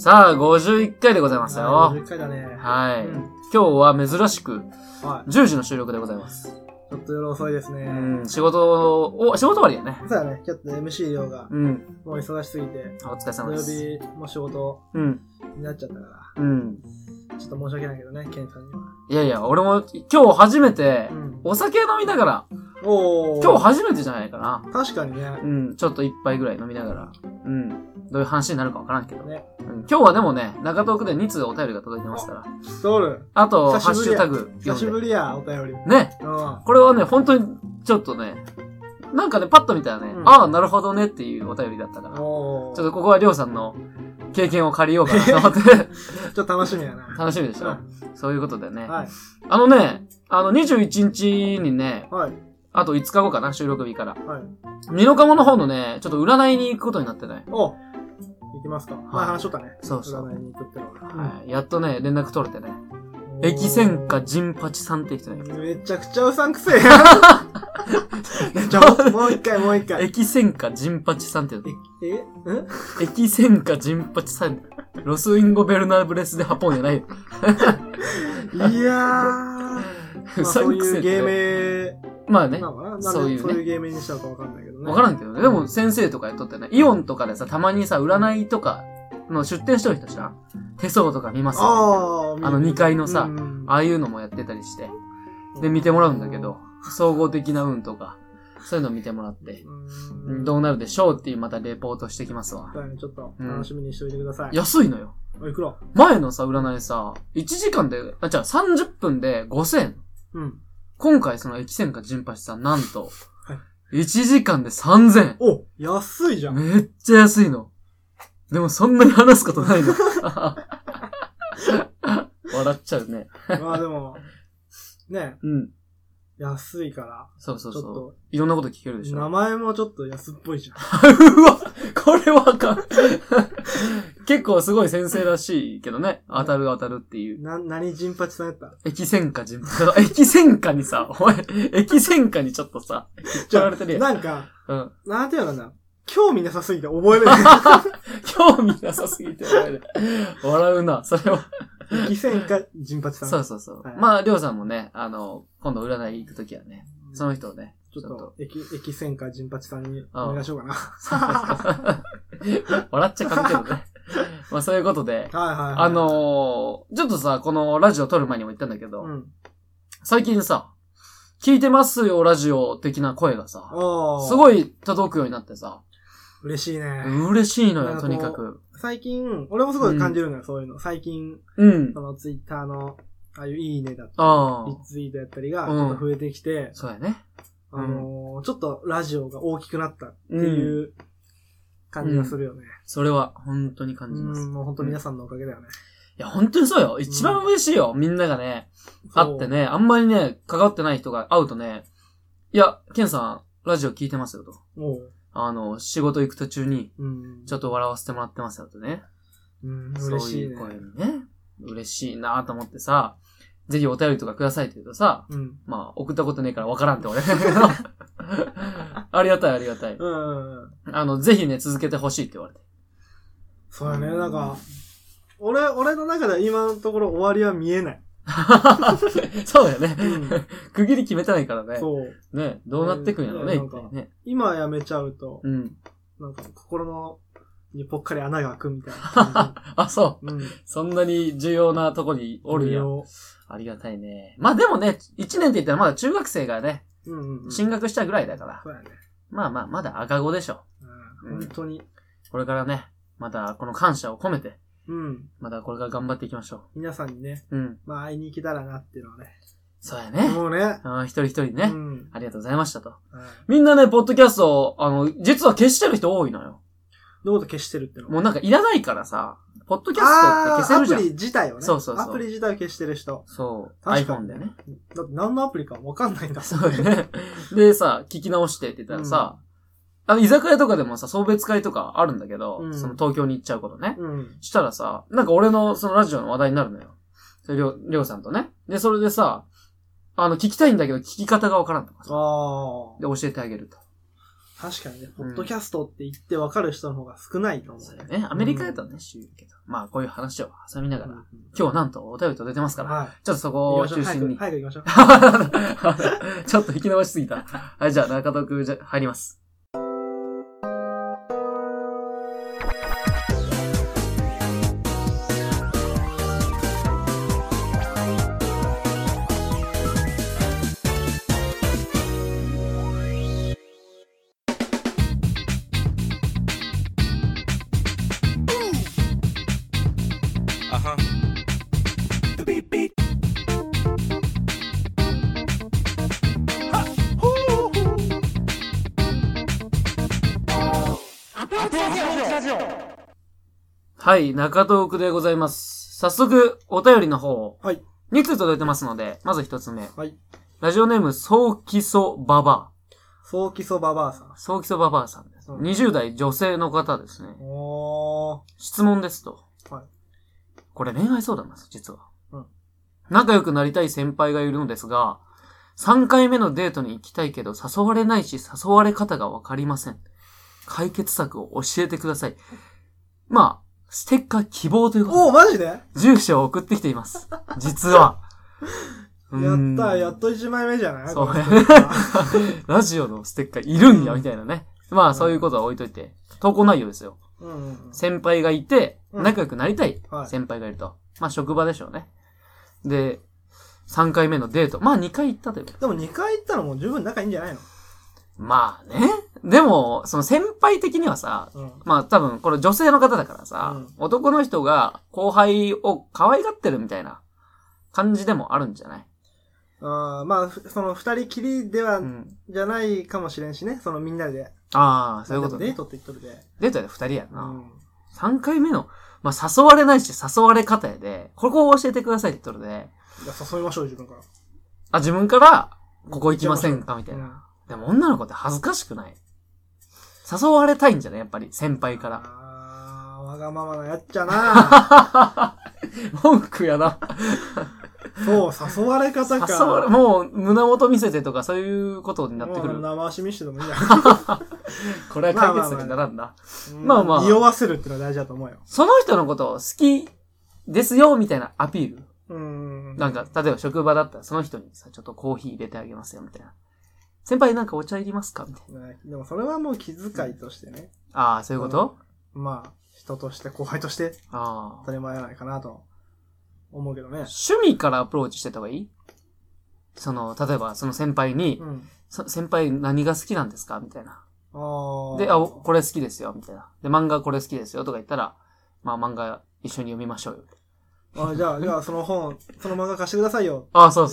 さあ、51回でございますよ。 はい、51回だね。 はい。今日は珍しく、10時の収録でございます。 ちょっと夜遅いですね。 仕事終わりやね。 そうだね。ちょっと MC 量が、もう忙しすぎて、 お疲れ様です。 土曜日も仕事になっちゃったから、ちょっと申し訳ないけどね、ケンさんには。 いやいや、俺も今日初めて、お酒飲みながら、今日初めてじゃないかな。 確かにね。 ちょっと一杯ぐらい飲みながら、どういう話になるかわからんけどね。今日はでもね、中東区で2通お便りが届いてますから。あと、ハッシュタグ。 久しぶりや、お便り。 ね。これはね、本当に、ちょっとね、なんかね、パッと見たらね、ああ、なるほどねっていうお便りだったから、ちょっとここはりょうさんの経験を借りようかなと思って。 ちょっと楽しみやな。 楽しみでしょ。そういうことでね。21日にね、あと5日後かな、収録日から。美濃加茂の方のね、ちょっと占いに行くことになってね。 行きますか。前話しとったね。 そうそう。 占いに行くってのは。やっとね、連絡取れてね。駅仙家陣八さんって人ね。 めちゃくちゃうさんくせえやん。もう一回。駅仙家陣八さんって駅仙家陣八さん。ロスインゴベルナブレスでハポンじゃないよ。 いやー。そういう芸名。 まあね。 そういう芸名にしたのかわかんないけどね。 わからんけどね。でも先生とかやっとってね。イオンとかでさ、たまにさ、占いとかの出店してる人じゃん。手相とか見ますよ、ね。2階のさ、ああいうのもやってたりして。で、見てもらうんだけど、総合的な運とか、そういうの見てもらって、どうなるでしょうっていうまたレポートしてきますわ。 ちょっと楽しみにしておいてください。 安いのよ。 いくら？ 前のさ、占いさ、1時間で、30分で5000円。今回その駅仙家陣八さん、なんと、1時間で3000円。 お、安いじゃん。 めっちゃ安いの。でもそんなに話すことないの。笑っちゃうね。 まあでも、ね。安いから。 そうそうそう。いろんなこと聞けるでしょ。 名前もちょっと安っぽいじゃん。 うわ、これはあかん。結構すごい先生らしいけどね。当たるっていう。 何陣八さんやった？ 駅仙家陣八。駅仙家にさ、お前、駅仙家にちょっとさ、言われてるやん。 なんか、なんていうのかな。興味なさすぎて覚えれない。 興味なさすぎて覚えれない。笑うな、それは。 駅仙家陣八さん。 そう。まあ、りょうさんもね、今度占い行くときはね、その人をね、 ちょっと、駅仙家陣八さんにお願いしようかな。 笑っちゃかんけどね。まあそういうことで、ちょっとさ、このラジオ撮る前にも言ったんだけど、最近さ、聞いてますよラジオ的な声がさ、すごい届くようになってさ、 嬉しいね。 嬉しいのよ、とにかく。 最近、俺もすごい感じるのよ、そういうの。最近、そのツイッターの、ああいういいねだったり、リツイートやったりが、ちょっと増えてきて、 そうやね。 ちょっとラジオが大きくなったっていう感じがするよね。 それは本当に感じます。 もう本当皆さんのおかげだよね。 いや、本当にそうよ。一番嬉しいよ。みんながね、会ってね、あんまりね、関わってない人が会うとね、いや、ケンさん、ラジオ聞いてますよと。仕事行く途中に、ちょっと笑わせてもらってますよとね。 嬉しいね。 そういう声にね。嬉しいなと思ってさ、ぜひお便りとかくださいって言うとさ、まあ、送ったことねえからわからんって俺。ありがたい。ぜひね、続けてほしいって言われて。 そうやね、なんか、俺の中では今のところ終わりは見えない。 そうやね。区切り決めてないからね。 そう。 ね、どうなってくんやろね、ね。 今やめちゃうと、なんか心にぽっかり穴が開くみたいな。 あ、そう。そんなに重要なとこにおるやん。ありがたいね。まあでもね、1年って言ったらまだ中学生がね、進学したぐらいだから。 そうやね。 まあまだ赤子でしょ。 本当に。 これからね、またこの感謝を込めて、またこれから頑張っていきましょう。 皆さんにね、まあ会いに行けたらなっていうのはね。 そうやね。 もうね。 一人一人ね、ありがとうございましたと。みんなね、ポッドキャスト実は消してる人多いのよ。 どういうこと消してるっての？ もうなんかいらないからさ、ポッドキャストって消せるじゃん。 アプリ自体をね。 そう。 アプリ自体を消してる人。 そう。iPhone でね。 だって何のアプリかわかんないんだ。 そうよね。でさ、聞き直してって言ったらさ、居酒屋とかでもさ、送別会とかあるんだけど、その東京に行っちゃうことね。したらさ、なんか俺のそのラジオの話題になるのよ。それりょうさんとね。で、それでさ、聞きたいんだけど聞き方がわからんとかさ。で、教えてあげると。 確かにね、ポッドキャストって言って分かる人の方が少ないと思う。 そうだね。アメリカだとね、主流だけど。まあ、こういう話を挟みながら、今日はなんとお便りと出てますから、ちょっとそこを中心に。 早く行きましょう。 ちょっと引き伸ばしすぎた。はい、じゃあ、中戸く入ります。はい、中トークでございます。早速、お便りの方、 はい。 2通届いてますので、まず1つ目。 はい。 ラジオネーム、ソーキソババア。 ソーキソババアさん。 ソーキソババアさんです。20代女性の方ですね。質問ですと。はい。これ恋愛相談なんです、実は。うん。仲良くなりたい先輩がいるのですが、3回目のデートに行きたいけど誘われないし誘われ方がわかりません。解決策を教えてください。まあ、ステッカー希望ということで。 マジで住所を送ってきています。実は。 やったやっと1枚目じゃないそう。ラジオのステッカーいるんや、みたいなね。まあ、そういうことは置いといて。投稿内容ですよ。先輩がいて、仲良くなりたい先輩がいると。まあ、職場でしょうね。で、3回目のデート。まあ、2回行ったということ。 でも2回行ったらもう十分仲いいんじゃないの？ まあね。でも、その先輩的にはさ、まあ多分これ女性の方だからさ、男の人が後輩を可愛がってるみたいな感じでもあるんじゃない？ まあ、その二人きりでは、じゃないかもしれんしね。そのみんなで。 ああ、そういうことね。 デートって言っとるで。 デートで二人やな。3回目の、まあ誘われないし誘われ方やで、ここを教えてくださいって言っとるで。 いや、誘いましょう、自分から。 あ、自分から、ここ行きませんかみたいな。でも女の子って恥ずかしくない？誘われたいんじゃないやっぱり、先輩から。 わがままなやっちゃな文句やな。 そう、誘われ方か。 もう、胸元見せてとか、そういうことになってくる。 生足見してでもいいや。 これは解決策にならんな。 まあまあ。匂わせるってのは大事だと思うよ。 その人のことを好きですよ、みたいなアピール。なんか、例えば職場だったら、その人にさ、ちょっとコーヒー入れてあげますよ、みたいな。先輩なんかお茶いりますかみたいな。 でもそれはもう気遣いとしてね。 ああ、そういうこと？ まあ、人として、後輩として、当たり前じゃないかなと思うけどね。 趣味からアプローチしてた方がいい？例えばその先輩に、先輩何が好きなんですかみたいな。で、これ好きですよ、みたいな。で、漫画これ好きですよ、とか言ったら、まあ漫画一緒に読みましょうよ。 じゃあその漫画貸してくださいよ。 そう。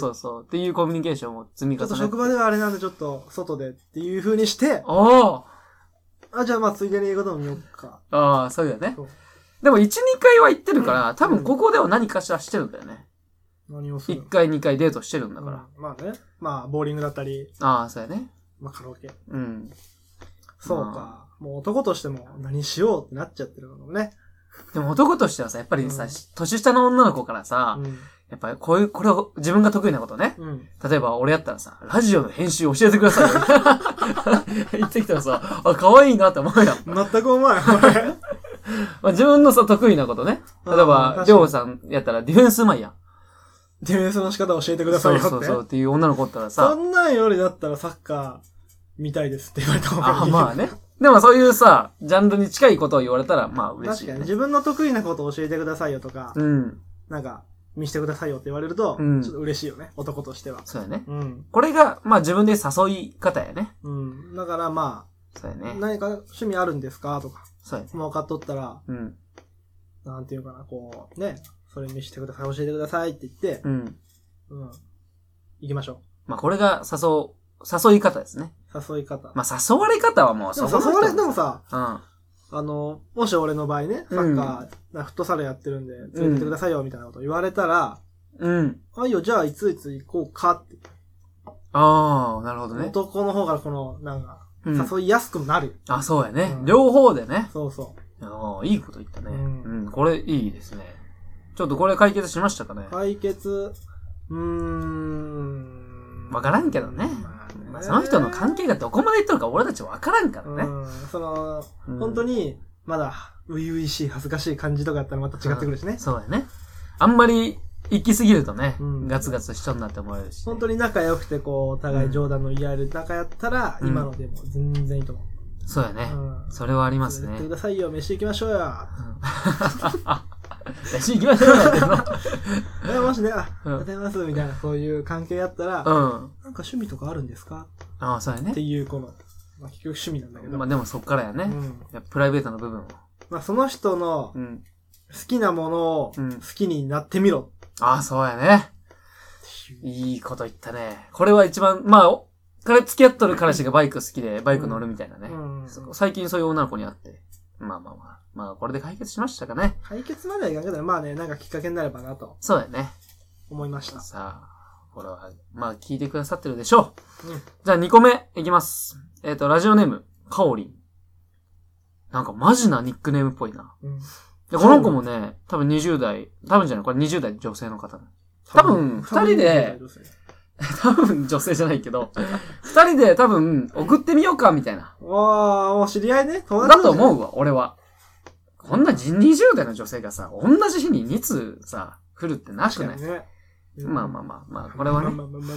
っていうコミュニケーションを積み重ねて。 ちょっと職場ではあれなんでちょっと外でっていう風にして。じゃあまあついでに英語でも見ようか。 そうだよね。でも1、2回は行ってるから、多分ここでは何かしらしてるんだよね。 何をする？ 1 回2回デートしてるんだから。 まあね。まあ、ボーリングだったり。 そうやね。 まあカラオケ。そうか。もう男としても何しようってなっちゃってるのね。 でも男としてはさ、やっぱりさ、年下の女の子からさ、やっぱりこれを自分が得意なことね。例えば俺やったらさ、ラジオの編集教えてくださいよ。言ってきたらさ、可愛いなって思うよ。 全く思わない。 自分のさ、得意なことね。例えば、りょうさんやったらディフェンスうまいやん。 ディフェンスの仕方教えてくださいよって。 そうっていう女の子ったらさ。 そんなんよりだったらサッカー見たいですって言われた方がいい。 まあね。でもそういうさ、ジャンルに近いことを言われたら、まあ嬉しい、ね。 確かに自分の得意なことを教えてくださいよとか、なんか、見せてくださいよって言われると、ちょっと嬉しいよね、男としては。 そうやね。これが、まあ自分で誘い方やね。 だからまあ、 そうやね。 何か趣味あるんですかとか、 そうやね。 もう分かっとったら、なんていうかな、こう、ね、それ見せてください、教えてくださいって言って、行きましょう。まあこれが誘い方ですね。 誘い方。 まあ誘われ方はもうでもさ、もし俺の場合ね、サッカー、フットサルやってるんで、連れてってくださいよ、みたいなこと言われたら、いいよ、じゃあいついつ行こうかって。 なるほどね。 男の方からなんか、誘いやすくもなる。 そうやね。両方でね。 そうそう。 いいこと言ったね。これいいですね。ちょっとこれ解決しましたかね？ 解決、 わからんけどね。 その人の関係がどこまでいっとるか俺たちわからんからね。 本当に、まだ、初々しい、恥ずかしい感じとかやったらまた違ってくるしね。 そうだね。あんまり、行き過ぎるとね、ガツガツしとんなって思えるし。 本当に仲良くて、お互い冗談の言い合える仲やったら、今のでも全然いいと思う。 そうやね。それはありますね。 言ってくださいよ、飯行きましょうよ。 飯行きましょうよっての。 もしね、ありがとうございます、みたいな、そういう関係やったら、なんか趣味とかあるんですか？ ああ、そうやね。 っていう、結局趣味なんだけど。 まあでもそっからやね。プライベートの部分を。 まあその人の、好きなものを好きになってみろ。 ああ、そうやね。いいこと言ったね。これは一番、まあ、付き合っとる彼氏がバイク好きで、バイク乗るみたいなね。最近そういう女の子に会って。まあ、これで解決しましたかね。 解決まではいかんけど、まあね、なんかきっかけになればなと。 そうだよね。 思いました。 さあ、これは、まあ、聞いてくださってるでしょう。じゃあ2個目いきます。ラジオネーム、かおりん。なんかマジなニックネームっぽいな。で、この子もね、多分20代、多分じゃない、これ20代女性の方。多分、二人で、多分女性じゃないけど、二人で多分送ってみようか、みたいな。 もう知り合いね。 だと思うわ、俺は。こんな20代の女性がさ、同じ日に2通さ、来るってなくない？まあ、これはね。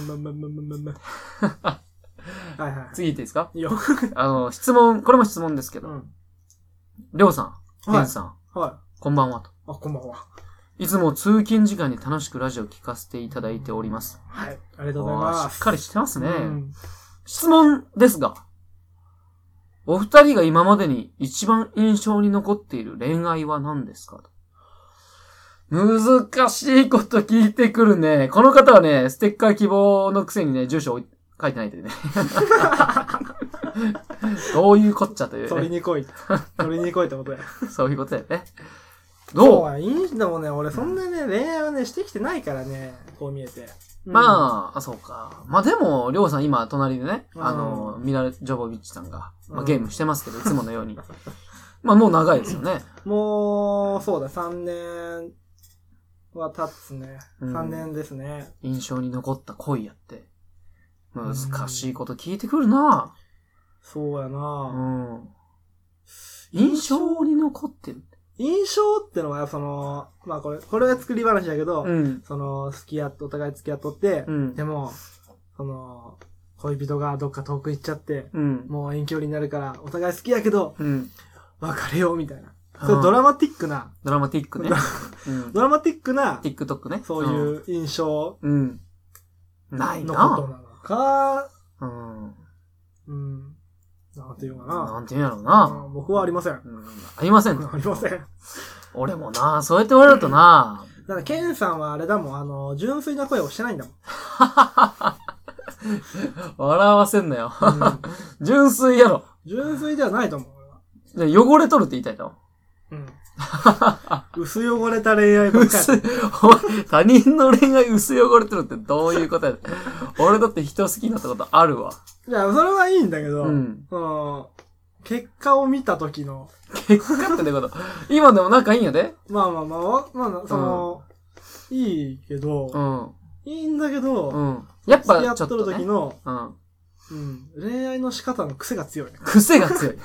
はいはい。 次行っていいですか？ いいよ。 質問、これも質問ですけど。りょうさん、ケンさん。 はい。 こんばんはと。 こんばんは。 いつも通勤時間に楽しくラジオを聞かせていただいております。 はい。ありがとうございます。 しっかりしてますね。質問ですが、お二人が今までに一番印象に残っている恋愛は何ですかと。難しいこと聞いてくるね。この方はね、ステッカー希望のくせにね、住所書いてないというね。どういうこっちゃというね。 取りに来いってことや。 そういうことだよね。どう？ でもね、俺そんなね、恋愛はね、してきてないからね、こう見えて。 まあ、そうか。まあでも、りょうさん今、隣でね、ミラ・ジョボビッチさんが、ゲームしてますけど、いつものように。まあもう長いですよね。 もう、そうだ、3年は経つね。3年ですね。 印象に残った恋やって。難しいこと聞いてくるな。 そうやな。 印象に残ってる。 印象ってのは、まあこれは作り話だけど、お互い付き合っとって、でも、恋人がどっか遠く行っちゃって、もう遠距離になるから、お互い好きやけど、別れようみたいな。それドラマティックな。 ドラマティックね。 ドラマティックな、 TikTok ね。 そういう印象ないな。 のことなのか、なんていうかな。 なんていうんやろうな。 僕はありません。 ありません。 ありません。 俺もな、そうやって言われるとな。 だから、ケンさんはあれだもん、純粋な声をしてないんだもん。 笑わせんなよ。純粋やろ。 純粋ではないと思う。 じゃ汚れとるって言いたいと。 薄汚れた恋愛ばっかり。 他人の恋愛薄汚れてるってどういうことや。俺だって人好きになったことあるわ。 いや、それはいいんだけど、結果を見た時の。 結果ってどういうこと？今でも仲いいんやで？ まあ、いいけど、いいんだけど、 やっぱ付き合っとる時の、 うん。 恋愛の仕方の癖が強い。 癖が強い。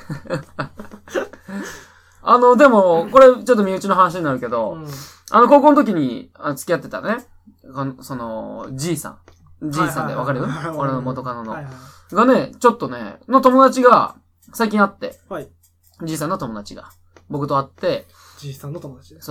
でも、これちょっと身内の話になるけど、高校の時に付き合ってたね、G さん。G さんでわかるよ、俺の元カノの。がね、ちょっとね、の友達が、最近会って、G さんの友達が、僕と会って、 G さんの友達で。 そう、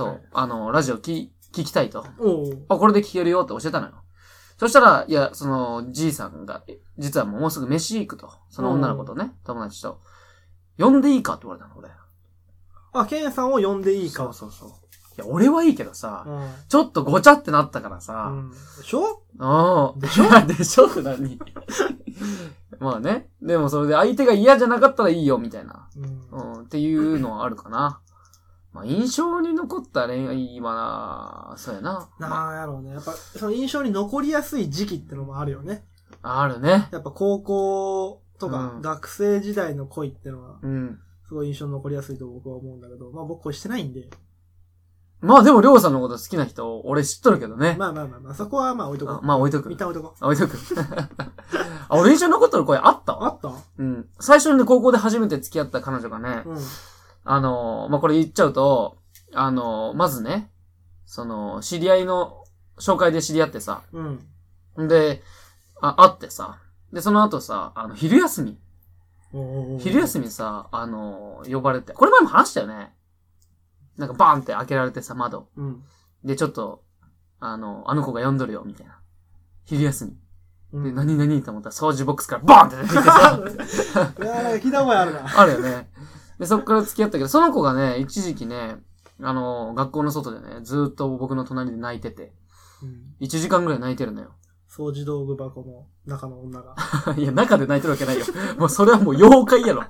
ラジオ聞きたいと。これで聞けるよって教えたのよ。そしたら、いや、G さんが、実はもうすぐ飯行くと。その女の子とね、友達と。呼んでいいかって言われたの、俺。 ケンさんを呼んでいいか。 そう。いや、俺はいいけどさ、ちょっとごちゃってなったからさ。 でしょでしょでしょって何まあね。でもそれで相手が嫌じゃなかったらいいよ、みたいな。っていうのはあるかな。まあ、印象に残った恋愛は、そうやな。 なんやろうね。やっぱ、その印象に残りやすい時期ってのもあるよね。 あるね。 やっぱ高校とか、学生時代の恋ってのは、すごい印象に残りやすいと僕は思うんだけど、まあ僕恋してないんで。 まあでも、りょうさんのこと好きな人、俺知っとるけどね。 まあ、そこはまあ置いとこう。 まあ置いとく。 一旦置いとこう。 置いとく。 俺印象に残ってる声あったあったうん。最初にね、高校で初めて付き合った彼女がね、 うん。 まあ、これ言っちゃうと、まずね、知り合いの紹介で知り合ってさ、 うん。 で、会ってさ、で、その後さ、昼休みさ、呼ばれて、これ前も話したよね。なんかバーンって開けられてさ、窓。 うん。 で、ちょっと、あの子が呼んどるよ、みたいな。昼休み。 うん、 で、何と思ったら掃除ボックスからバーンって出てきてさ。 いやー、聞いた覚えあるな。 あるよね。で、そっから付き合ったけど、その子がね、一時期ね、学校の外でね、ずーっと僕の隣で泣いてて、うん、1時間ぐらい泣いてるのよ。 掃除道具箱の中の女が。 いや、中で泣いてるわけないよ。もうそれはもう妖怪やろ。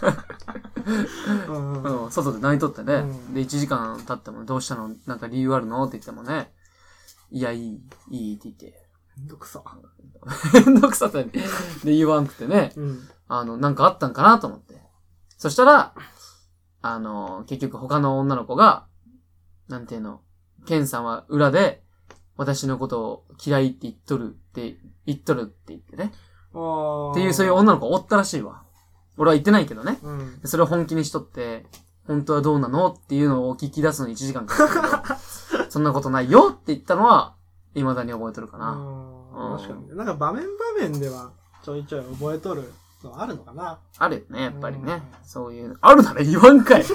外で泣いとってね。うん、で、1時間経ってもどうしたのなんか理由あるのって言ってもね。いや、いいって言って。 めんどくさ。 めんどくさってで言わんくてね。うん、なんかあったんかなと思って。そしたら、結局他の女の子が、なんていうの、ケンさんは裏で、私のことを嫌いって言っとるって言ってね。っていう、そういう女の子おったらしいわ。俺は言ってないけどね。うん、それを本気にしとって、本当はどうなのっていうのを聞き出すのに1時間かかったけど、そんなことないよって言ったのは、未だに覚えとるかな。 確かに。なんか場面では、ちょいちょい覚えとるのあるのかな。 あるよね、やっぱりね。そういう、あるなら言わんかい。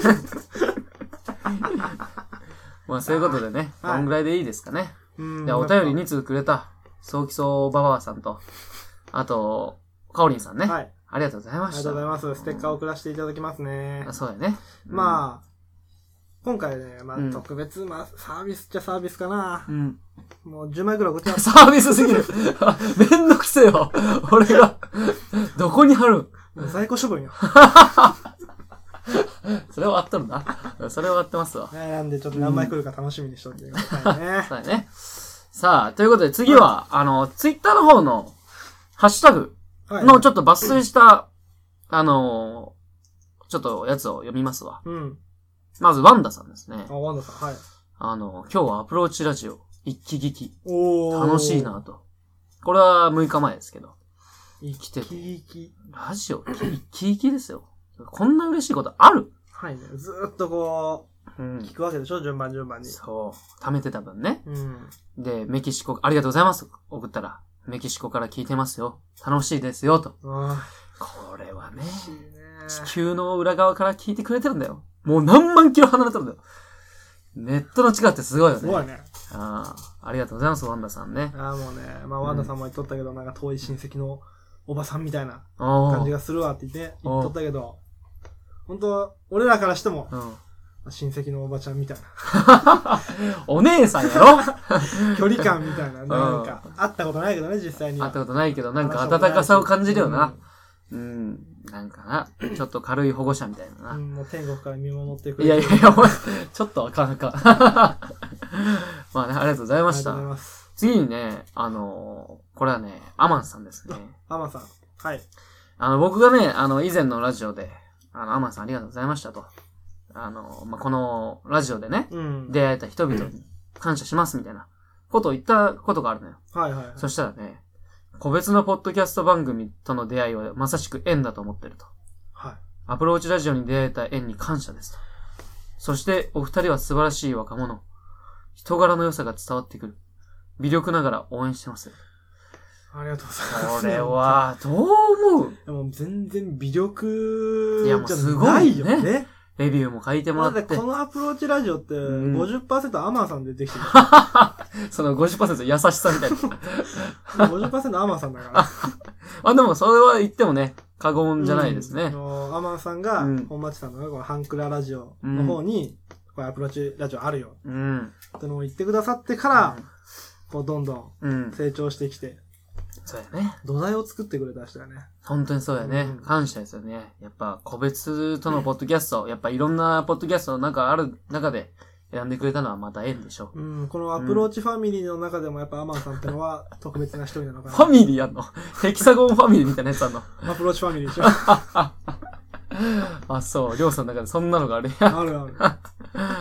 まあそういうことでね、こんぐらいでいいですかね。で、お便り2通くれた、そうきそうばばあさんと、あと、かおりんさんね。はい。ありがとうございました。 ありがとうございます。ステッカーを送らせていただきますね。 そうだね。 まあ、今回ね、まあ特別、まあサービスっちゃサービスかな。うん。もう10枚くらい送ってます。 サービスすぎる。めんどくせえよ。俺が、どこに貼る在庫処分よ。 それはあったんだ。それはあってますわ。 なんでちょっと何枚来るか楽しみにしといてくださいね。 そうだね。さあ、ということで次は、ツイッターの方の、ハッシュタグのちょっと抜粋した、ちょっとやつを読みますわ。うん。まず、ワンダさんですね。 ワンダさん、はい。 今日はアプローチラジオ、一気聞き。楽しいなと。これは6日前ですけど。 来てて。 ラジオ、一気聞きですよ。こんな嬉しいことある？ はいね。ずーっとこう、聞くわけでしょ、順番に。 そう。貯めてた分ね。うん。で、メキシコ、ありがとうございます。送ったら、メキシコから聞いてますよ。楽しいですよ、と。これはね、地球の裏側から聞いてくれてるんだよ。もう何万キロ離れてるんだよ。ネットの力ってすごいよね。 すごいね。 ありがとうございます、ワンダさんね。 もうね、まあワンダさんも言っとったけど、なんか遠い親戚のおばさんみたいな感じがするわって言っとったけど、本当俺らからしても、親戚のおばちゃんみたいな。 お姉さんやろ距離感みたいな。なんか、会ったことないけどね、実際には。 会ったことないけど、なんか温かさを感じるよな。なんかな、ちょっと軽い保護者みたいなな。 もう天国から見守ってくれる。 いや、お前、ちょっとあかん。まあね、ありがとうございました。ありがとうございます。次にね、これはね、アマンさんですね。 アマンさん。はい。 僕がね、以前のラジオで、アマンさんありがとうございましたと。このラジオでね、出会えた人々に感謝しますみたいなことを言ったことがあるのよ。 はいはい。 そしたらね、個別のポッドキャスト番組との出会いはまさしく縁だと思ってると。 はい。 アプローチラジオに出会えた縁に感謝ですと。そしてお二人は素晴らしい若者。人柄の良さが伝わってくる。微力ながら応援してます。 ありがとうございます。 これは、どう思う？ でも全然微力じゃないよね。いやもうすごいね。レビューも書いてもらって。 このアプローチラジオって 50% アマンさんでできてる。 その 50% 優しさみたいな。 50% アマンさんだから。 でもそれは言ってもね、過言じゃないですね。 アマンさんが本町さんのこのハンクララジオの方に、これアプローチラジオあるよ。ってのを言ってくださってから、こうどんどん成長してきて。 そうやね。 土台を作ってくれた人やね。 本当にそうやね。感謝ですよね。やっぱ個別とのポッドキャスト、やっぱいろんなポッドキャストのある中で選んでくれたのはまた縁でしょう。 このアプローチファミリーの中でもやっぱアマンさんってのは特別な一人なのかな。 ファミリーやんの？ヘキサゴンファミリーみたいなやつあんの？ アプローチファミリーでしょ。 そう。りょうさんの中でそんなのがあるやん。ある。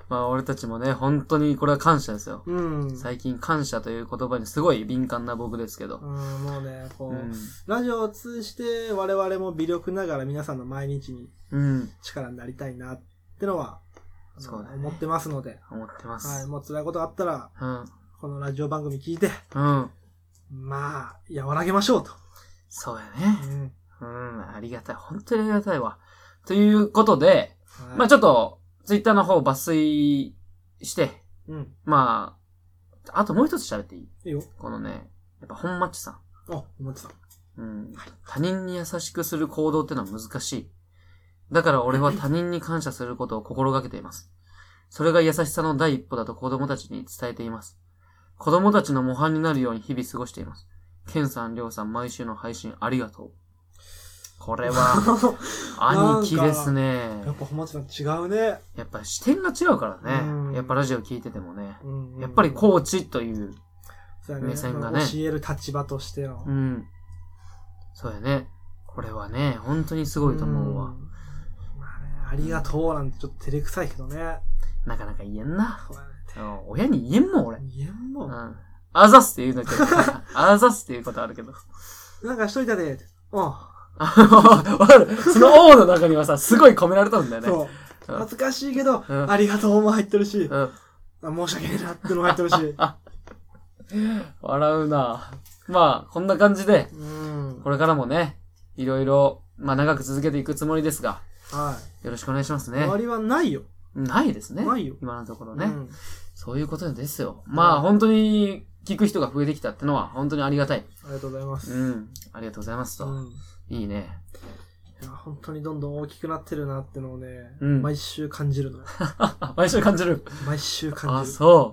まあ俺たちもね、本当にこれは感謝ですよ。 うん。 最近感謝という言葉にすごい敏感な僕ですけど。 もうね、こう、ラジオを通じて我々も微力ながら皆さんの毎日に力になりたいなってのは、そうだね、思ってますので。 思ってます。 はい、もう辛いことがあったら、このラジオ番組聞いて、まあ、和らげましょうと。 そうやね。ありがたい。本当にありがたいわ。ということで、まあちょっと、ツイッターの方抜粋して、まあ、あともう一つ喋っていい？いいよ。このね、やっぱ本マッチさん。 本マッチさん。 他人に優しくする行動ってのは難しい。だから俺は他人に感謝することを心がけています。それが優しさの第一歩だと子供たちに伝えています。子供たちの模範になるように日々過ごしています。ケンさん、リョウさん、毎週の配信ありがとう。これは、兄貴ですね。 やっぱ本町さん違うね。 やっぱ視点が違うからね。やっぱラジオ聞いててもね。やっぱりコーチという目線がね。 教える立場としての。 そうやね。これはね、本当にすごいと思うわ。 まあね、ありがとうなんてちょっと照れくさいけどね。 なかなか言えんな。親に言えんもん、俺。 言えんもん。 あざすって言うんだけど。あざすって言うことあるけど。 なんかしといたで。 わかる。その王の中にはさ、すごい込められたんだよね。 そう。恥ずかしいけど、ありがとうも入ってるし、申し訳ねえなってのも入ってるし。 笑うな。まあ、こんな感じで、これからもね、いろいろ、まあ長く続けていくつもりですが、よろしくお願いしますね。 終わりはないよ。 ないですね。 ないよ。 今のところね。そういうことですよ。まあ本当に聞く人が増えてきたってのは本当にありがたい。 ありがとうございます。 ありがとうございますと。いいね。 いや、本当にどんどん大きくなってるなってのをね、毎週感じるのよ。 毎週感じる。 毎週感じる。 そう。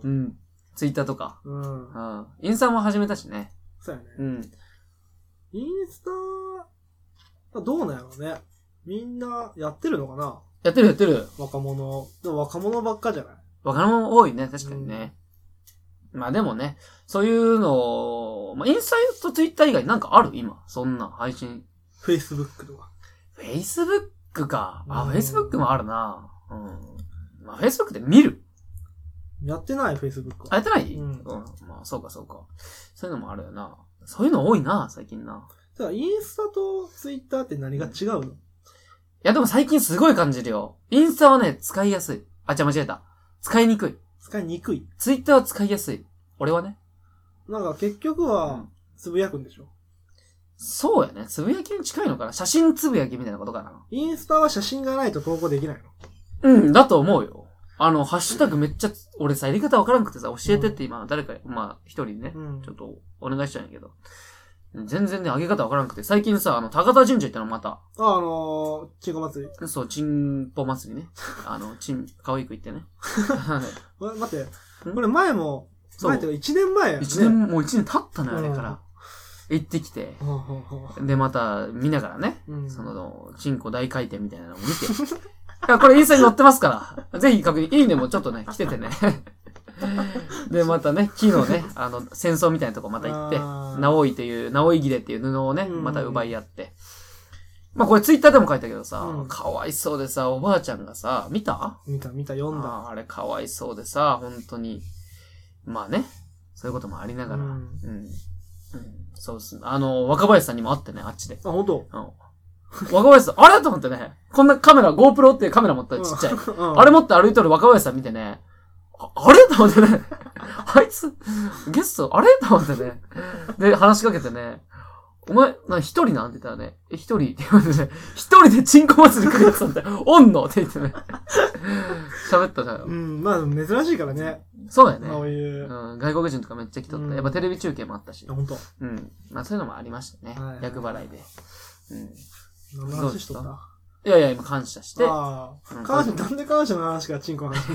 ツイッターとか。インスタも始めたしね。 そうやね。インスタ、どうなんやろうね。みんなやってるのかな？ やってる。 若者。でも若者ばっかじゃない？ 若者多いね、確かにね。まあでもね、そういうの、まあインスタとツイッター以外なんかある？今。そんな配信。 Facebook とか。 Facebook か。Facebook もあるな。まあ Facebook で見る。 やってない Facebook は。 やってない？まあそうか。そういうのもあるよな。そういうの多いな、最近な。 じゃあインスタとツイッターって何が違うの？ いやでも最近すごい感じるよ。インスタはね、使いやすい。間違えた。使いにくい。 使いにくい。 ツイッターは使いやすい。俺はね。 なんか結局は、つぶやくんでしょ？ そうやね。つぶやきに近いのかな？写真つぶやきみたいなことかな。 インスタは写真がないと投稿できないの？ だと思うよ。ハッシュタグめっちゃ、俺さ、やり方わからんくてさ、教えてって今、誰か、まあ、一人ね、ちょっとお願いしたんやけど。全然ね、上げ方わからんくて、最近さ、高田神社行ったのまた。 チンコ祭り。 そう、チンポ祭りね。可愛く行ってね。 待って、これ前も、前って1年前やね。 もう1年経ったのよ、あれから。行ってきて。で、また、見ながらね、チンコ大回転みたいなのを見て。これインスタに載ってますから。ぜひ確認、いいねもちょっとね、来ててね。で、またね、木のね、戦争みたいなとこまた行って、直井切れっていう布をね、また奪い合って。まあこれツイッターでも書いたけどさ、かわいそうでさ、おばあちゃんがさ、見た、 読んだ。 あれかわいそうでさ、本当に。まあね、そういうこともありながら。そうです。若林さんにも会ってね、あっちで。 本当？ 若林さん、あれと思ってね、こんなカメラ、GoPro っていうカメラ持ったらちっちゃい。あれ持って歩いとる若林さん見てね、あれと思ってね、あいつ、ゲスト、あれと思ってね。で、話しかけてね、お前、一人なんて言ったらね、一人って言われてね、一人でチンコ祭り来るやつなんて、おんのって言ってね、喋ったじゃん。 まあ珍しいからね。 そうだよね。 そういう。 外国人とかめっちゃ来とった。やっぱテレビ中継もあったし。 本当。 まあそういうのもありましたね。厄払いで。 何の話しとった？ いや、今感謝して。 なんで感謝の話からチンコの話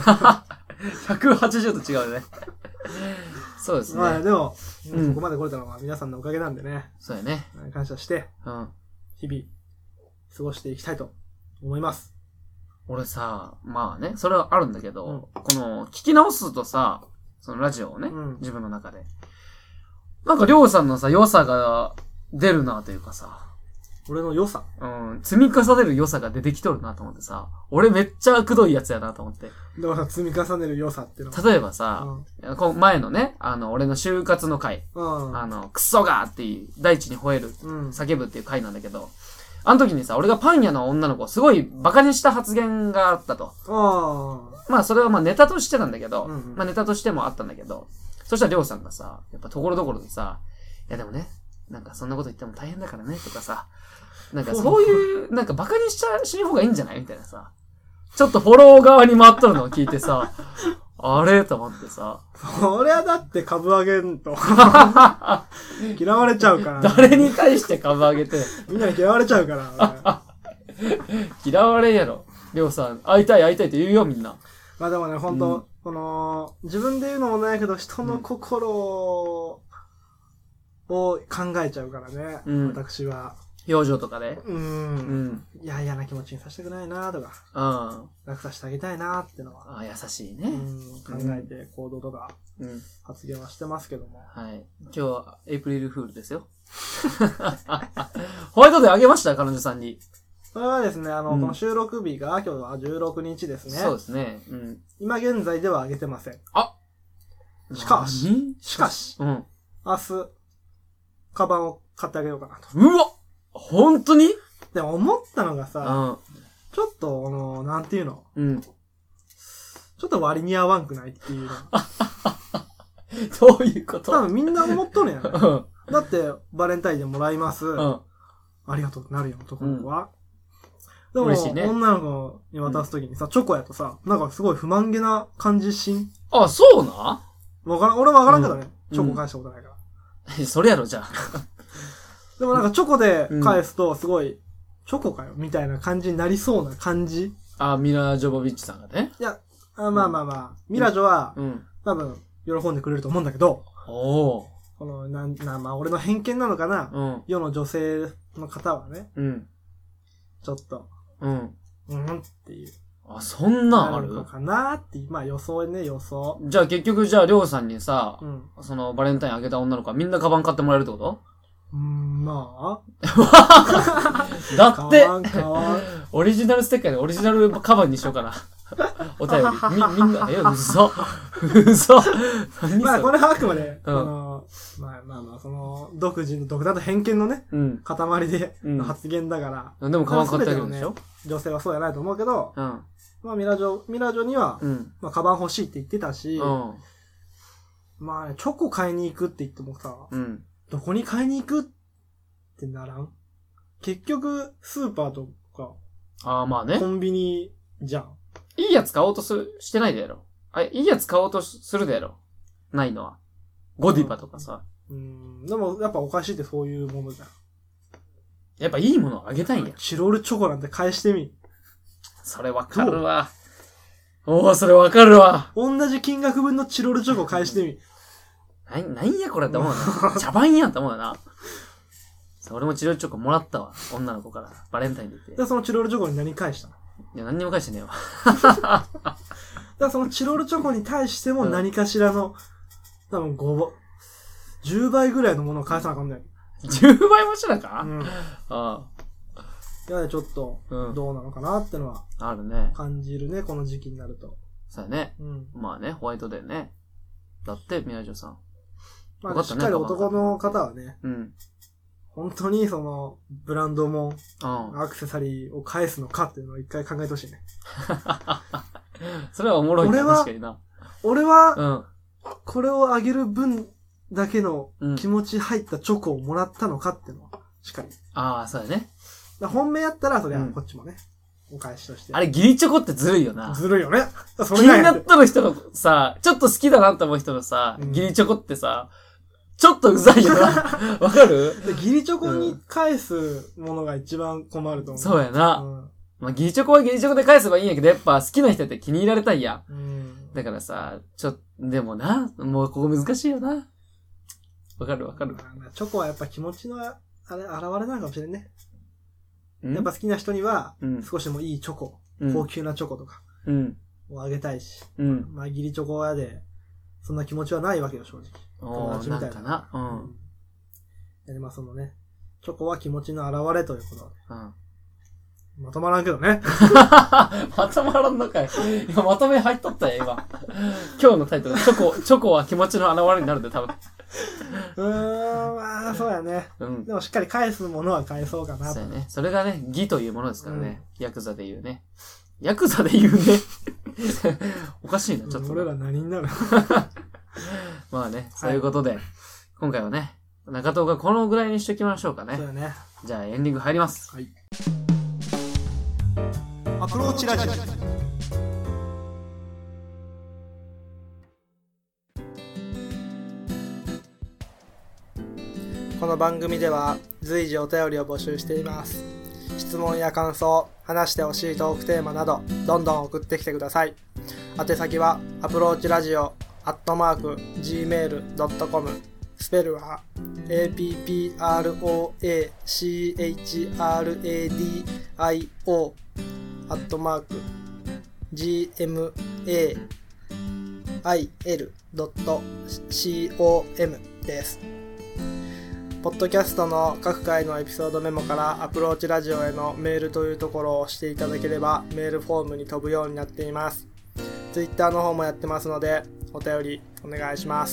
180度違うね。そうですね。 まあでも、ここまで来れたのは皆さんのおかげなんでね。 そうやね。 感謝して、日々、過ごしていきたいと思います。 俺さ、まあね、それはあるんだけど、この、聞き直すとさ、そのラジオをね、自分の中で。なんか、りょうさんのさ、良さが出るなというかさ、 俺の良さ。 うん。積み重ねる良さが出てきとるなと思ってさ。俺めっちゃくどいやつやなと思って。 だから積み重ねる良さっていうのは。 例えばさ、この前のね、俺の就活の回。クソがーっていう、大地に吠える、叫ぶっていう回なんだけど、あの時にさ、俺がパン屋の女の子をすごいバカにした発言があったと。まあそれはまあネタとしてなんだけど、まあネタとしてもあったんだけど、そしたらりょうさんがさ、やっぱところどころでさ、いやでもね、なんかそんなこと言っても大変だからね、とかさ、なんかそういう、なんかバカにしない方がいいんじゃないみたいなさ、ちょっとフォロー側に回っとるのを聞いてさ、あれと思ってさ。 そりゃだって株上げんと。嫌われちゃうから、 ね。誰に対して株上げて。 みんなに嫌われちゃうから。 嫌われんやろ。りょうさん、会いたいって言うよ、みんな。 まあでもね、ほんと、この、自分で言うのもないけど、人の心を考えちゃうからね、私は。 表情とかで。 いや、嫌な気持ちにさせたくないなとか。楽させてあげたいなっていうのは。 優しいね。 考えて行動とか、発言はしてますけども。 はい。今日はエイプリルフールですよ。ホワイトデーあげました彼女さんに。 それはですね、この収録日が今日は16日ですね。 そうですね。 今現在ではあげてません。しかし、明日、カバンを買ってあげようかなと。 うわ本当に？ でも思ったのがさ、ちょっと、なんていうの？ちょっと割に合わんくないっていうの。 どういうこと？ 多分みんな思っとるやん。だって、バレンタインでもらいます。ありがとうってなるよ、男の子は。でも、女の子に渡すときにさ、チョコやとさ、なんかすごい不満げな感じしん？ あ、そうな？ 俺はわからんけどね。チョコ返したことないから。 それやろ、じゃあ。 でもなんかチョコで返すと、すごい、チョコかよみたいな感じになりそうな感じ。 ミラ・ジョボビッチさんがね。 いや、ミラジョは、多分、喜んでくれると思うんだけど、この、まあ、俺の偏見なのかな、世の女性の方はね、ちょっと、っていう。 あ、そんなんあるのかなっていう、まあ予想。 じゃあ結局、りょうさんにさ、そのバレンタインあげた女の子はみんなカバン買ってもらえるってこと？ まあ。だって、オリジナルステッカーでオリジナルカバンにしようかな。お便り。みんな、嘘。 まあこれはあくまで、その、独断と偏見のね、塊での発言だから。 でもカバン買ってあげるでしょ？ 女性はそうやないと思うけど、まあミラジョには、まあカバン欲しいって言ってたし、まあチョコ買いに行くって言ってもさ、どこに買いに行くってならん？結局、スーパーとか、 まあね。 コンビニじゃん。 いいやつ買おうとしてないでやろ。いいやつ買おうとするでやろ。ないのは。ゴディバとかさ。 でも、やっぱおかしいってそういうものじゃん。 やっぱいいものをあげたいんや。 チロルチョコなんて返してみ。 それわかるわ。それわかるわ。 同じ金額分のチロルチョコ返してみ。 なんやこれって思うな。茶番やんって思うよな。俺もチロルチョコもらったわ。女の子から。バレンタインで言って。 で、そのチロルチョコに何返したの？ いや、何にも返してねえわ。 だからそのチロルチョコに対しても何かしらの、多分10倍ぐらいのものを返さなあかんねん。 10倍もしなか？ いや、ちょっと、どうなのかなってのは、 あるね。 感じるね、この時期になると。 そうやね。まあね、ホワイトデーね。だって、宮城さん。 まあ、しっかり男の方はね、本当にその、ブランドも、アクセサリーを返すのかっていうのを一回考えてほしいね。 それはおもろいな、確かにな。 俺は、これをあげる分だけの気持ち入ったチョコをもらったのかっていうのは、しっかり。 そうやね。 本命やったら、そりゃ、こっちもね、お返しとして。 あれ、ギリチョコってずるいよな。 ずるいよね。 気になっとる人のさ、ちょっと好きだなって思う人のさ、ギリチョコってさ、ちょっとうざいよな。わかる？ ギリチョコに返すものが一番困ると思う。 そうやな。まあ、ギリチョコはギリチョコで返せばいいんやけど、やっぱ好きな人って気に入られたいやん。だからさ、でもな、もうここ難しいよな。わかる。 チョコはやっぱ気持ちの、現れなのかもしれんね。やっぱ好きな人には、少しでもいいチョコ、高級なチョコとか、をあげたいし。まあ、ギリチョコ屋で、そんな気持ちはないわけよ、正直。友達みたいな。 なんかな。 で、まあそのね、 チョコは気持ちの表れということで。まとまらんけどね。 まとまらんのかい。今まとめ入っとったよ、今。今日のタイトル、チョコは気持ちの表れになるんで、多分。 まあ、そうやね。でもしっかり返すものは返そうかなと。 そうやね。それがね、義というものですからね。ヤクザで言うね。ヤクザで言うね。おかしいな、ちょっと。 俺ら何になるまあね、そういうことで、今回はね、中東がこのぐらいにしときましょうかね。 そうやね。 じゃあエンディング入ります。 はい。アプローチラジオ。この番組では随時お便りを募集しています。質問や感想、話してほしいトークテーマなどどんどん送ってきてください。宛先はアプローチラジオ@gmail.com、 スペルは APPROACHRADIO @gmail.com です。ポッドキャストの各回のエピソードメモからアプローチラジオへのメールというところを押していただければメールフォームに飛ぶようになっています。ツイッターの方もやってますのでお便りお願いします。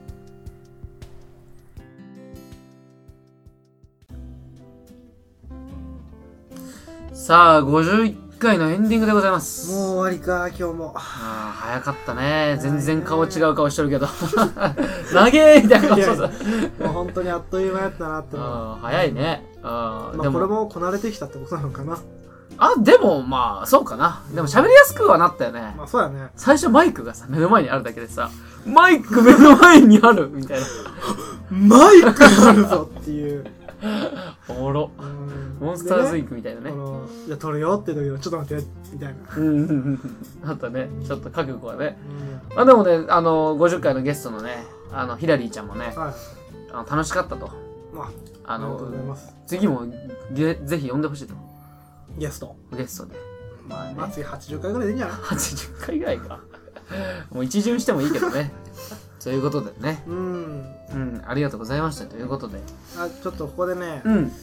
さあ、51回のエンディングでございます。 もう終わりか、今日も。 早かったね。全然顔違う顔してるけど。長えみたいな顔してた。 もう本当にあっという間やったなって早いね。 まあこれもこなれてきたってことなのかな。 でもまあ、そうかな。でも喋りやすくはなったよね。 まあそうやね。 最初マイクがさ、目の前にあるだけでさ、マイク目の前にあるみたいな。 マイクあるぞっていう。 おもろ。モンスターズインクみたいなね。 じゃあ撮るよって言う時ちょっと待って、みたいな。 あったね。ちょっと覚悟はね。でもね、50回のゲストのね、ヒラリーちゃんもね、楽しかったと。 ありがとうございます。 次もぜひ呼んでほしいと。 ゲストで。 まあ次80回ぐらいでいいんじゃない ?80 回ぐらいか。もう一巡してもいいけどね。ということでね。ありがとうございましたということで。 ちょっとここでね、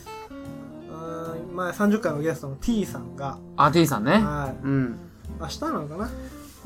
前30回のゲストの T さんが。 T さんね。 明日なのかな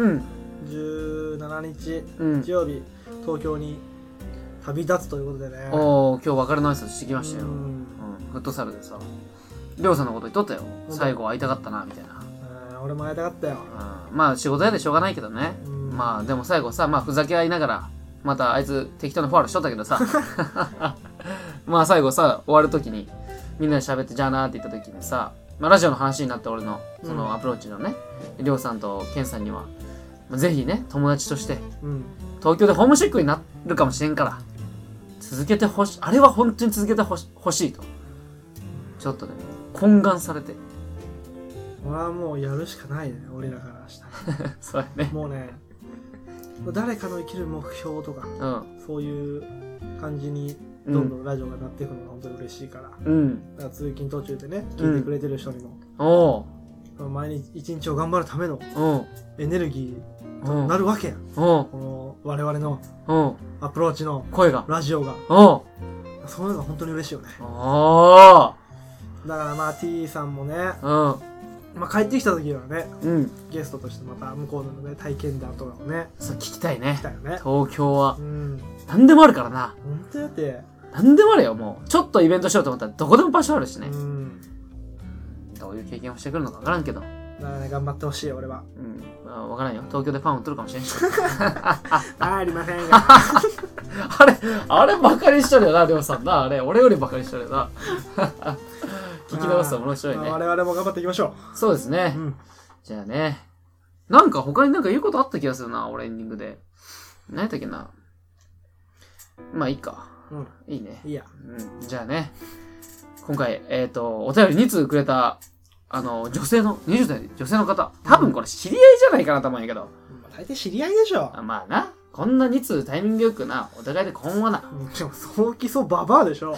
17日、日曜日、東京に旅立つということでね。 今日別れの挨拶してきましたよ。フットサルでさ。りょうさんのこと言っとったよ。最後会いたかったな、みたいな。 俺も会いたかったよ。 まあ仕事やでしょうがないけどね。まあでも最後さ、まあふざけ合いながら、またあいつ適当なファウルしとったけどさ。まあ最後さ、終わるときに、みんなで喋ってじゃあなーって言ったときにさ、まあラジオの話になった俺の、そのアプローチのね、りょうさんとケンさんには、ぜひね、友達として、東京でホームシックになるかもしれんから、続けてほしい、あれは本当に続けてほしいと。ちょっとね、懇願されて。 俺はもうやるしかないね、俺らからしたら。 そうやね。 もうね、誰かの生きる目標とか、そういう感じにどんどんラジオがなっていくのが本当に嬉しいから。だから通勤途中でね、聞いてくれてる人にも、毎日一日を頑張るためのエネルギーとなるわけや。この我々のアプローチの声が、 ラジオが。そういうのが本当に嬉しいよね。だからまあ T さんもね、まあ帰ってきた時はね、ゲストとしてまた向こうのね体験談とかをね、 そう聞きたいね。 聞きたいよね。 東京は何でもあるからな。 本当やって。 何でもあるよもう。ちょっとイベントしようと思ったらどこでも場所あるしね。どういう経験をしてくるのか分からんけど。 だからね頑張ってほしい俺は。 分からんよ。東京でファンを取るかもしれんし。 ありませんが。 あれバカにしとるよな、りょうさんな。あれ俺よりバカにしとるよな。聞き直すと面白いね。 我々も頑張っていきましょう。そうですね。じゃあね。なんか他になんか言うことあった気がするな、俺エンディングで。何やったっけな。まあいいか。いいね。 いいや。 じゃあね。今回、お便り2通くれた、女性の、20代女性の方。多分これ知り合いじゃないかなと思うんやけど。 大体知り合いでしょ。 まあな。こんな2通タイミングよくな、お互いで今後な。 でも、そうきそババアでしょ。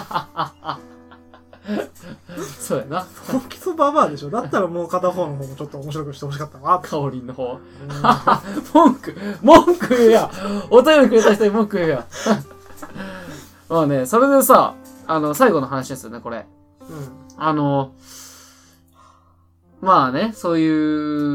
そうやな。 そうきそババアでしょ。だったらもう片方の方もちょっと面白くしてほしかったわ。 かおりんの方。文句言うや。お便りくれた人に文句言うや。まあね、それでさ、 最後の話ですよね、これ。まあね、そういう、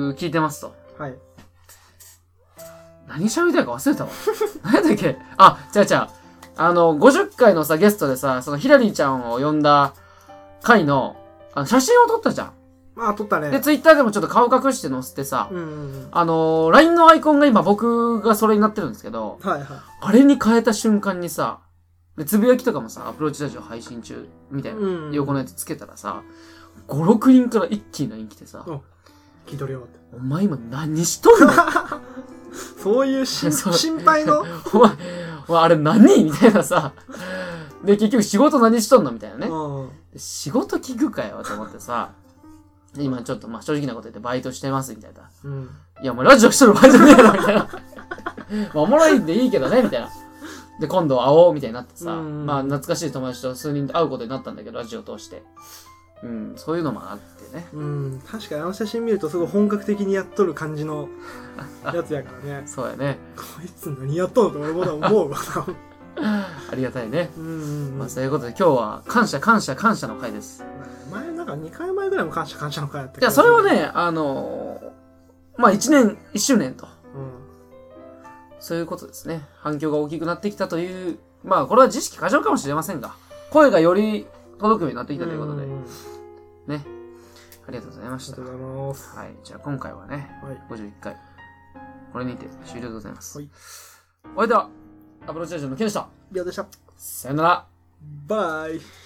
聞いてますと。はい。何喋りたいか忘れたわ。何だっけ違う。50回のさ、ゲストでさ、そのヒラリーちゃんを呼んだ回の、写真を撮ったじゃん。 撮ったね。 で、ツイッターでもちょっと顔隠して載せてさ、LINE のアイコンが今僕がそれになってるんですけど、あれに変えた瞬間にさ、で、つぶやきとかもさ、アプローチラジオ配信中、みたいな、横のやつつけたらさ、5、6人から一気に LINE 来てさ、 聞いとるよって。 お前今何しとんのそういう心配のお前あれ何みたいなさ。で、結局仕事何しとんのみたいなね。仕事聞くかよと思ってさ、今ちょっと正直なこと言ってバイトしてますみたいな。いや、お前ラジオしとる場合じゃねえだろみたいな。おもろいんでいいけどねみたいな。で、今度会おうみたいになってさ、懐かしい友達と数人と会うことになったんだけど、ラジオ通して。そういうのもあってね。 確かに写真見るとすごい本格的にやっとる感じのやつやからね。 そうやね。 こいつ何やっとんのと俺も思うわ。 ありがたいね。そういうことで今日は感謝の回です。 前なんか2回前ぐらいも感謝の回やったけど。 いや、それはね、1周年と。そういうことですね。反響が大きくなってきたという、これは自意識過剰かもしれませんが、声がより届くようになってきたということで、ね。ありがとうございました。 ありがとうございます。 はい。じゃあ今回はね、51回、これにて終了でございます。はい。お相手は、アプローチラジオのケンでした。 リオでした。 さよなら。 バイ。